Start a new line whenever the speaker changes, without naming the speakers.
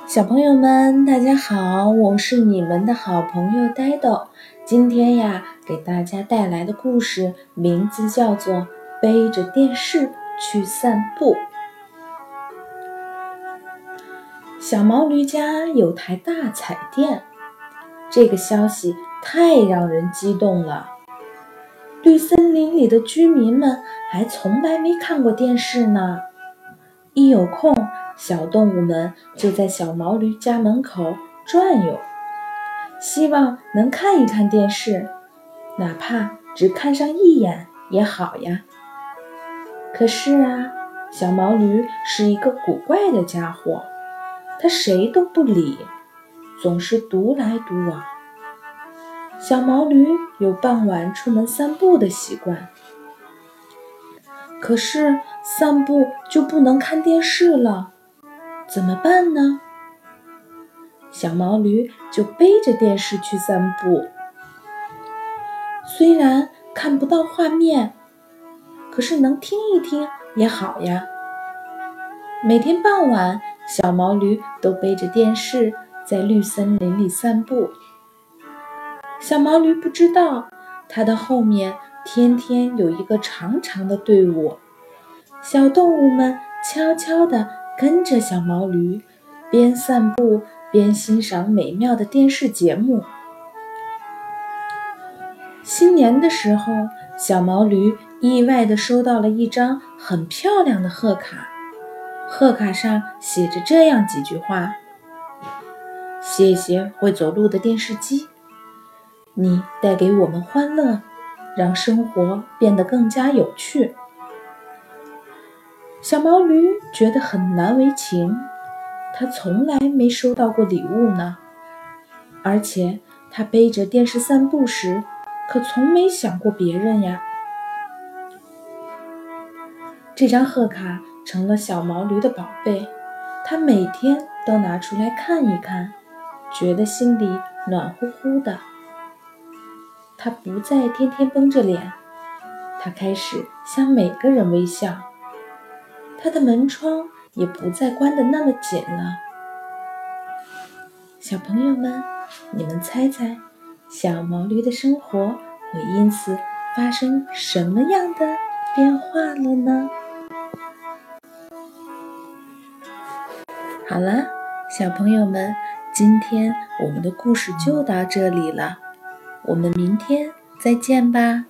小朋友们，大家好，我是你们的好朋友呆豆。今天呀，给大家带来的故事名字叫做《背着电视去散步》。小毛驴家有台大彩电，这个消息太让人激动了。绿森林里的居民们还从来没看过电视呢。一有空，小动物们就在小毛驴家门口转悠，希望能看一看电视，哪怕只看上一眼也好呀。可是啊，小毛驴是一个古怪的家伙，他谁都不理，总是独来独往。小毛驴有傍晚出门散步的习惯，可是散步就不能看电视了，怎么办呢？小毛驴就背着电视去散步。虽然看不到画面，可是能听一听也好呀。每天傍晚，小毛驴都背着电视在绿森林里散步。小毛驴不知道，它的后面天天有一个长长的队伍，小动物们悄悄地跟着小毛驴，边散步边欣赏美妙的电视节目。新年的时候，小毛驴意外地收到了一张很漂亮的贺卡，贺卡上写着这样几句话：谢谢会走路的电视机，你带给我们欢乐，让生活变得更加有趣。小毛驴觉得很难为情，他从来没收到过礼物呢，而且他背着电视散步时，可从没想过别人呀。这张贺卡成了小毛驴的宝贝，他每天都拿出来看一看，觉得心里暖乎乎的。他不再天天绷着脸，他开始向每个人微笑，他的门窗也不再关得那么紧了。小朋友们，你们猜猜，小毛驴的生活会因此发生什么样的变化了呢？好了，小朋友们，今天我们的故事就到这里了，我们明天再见吧。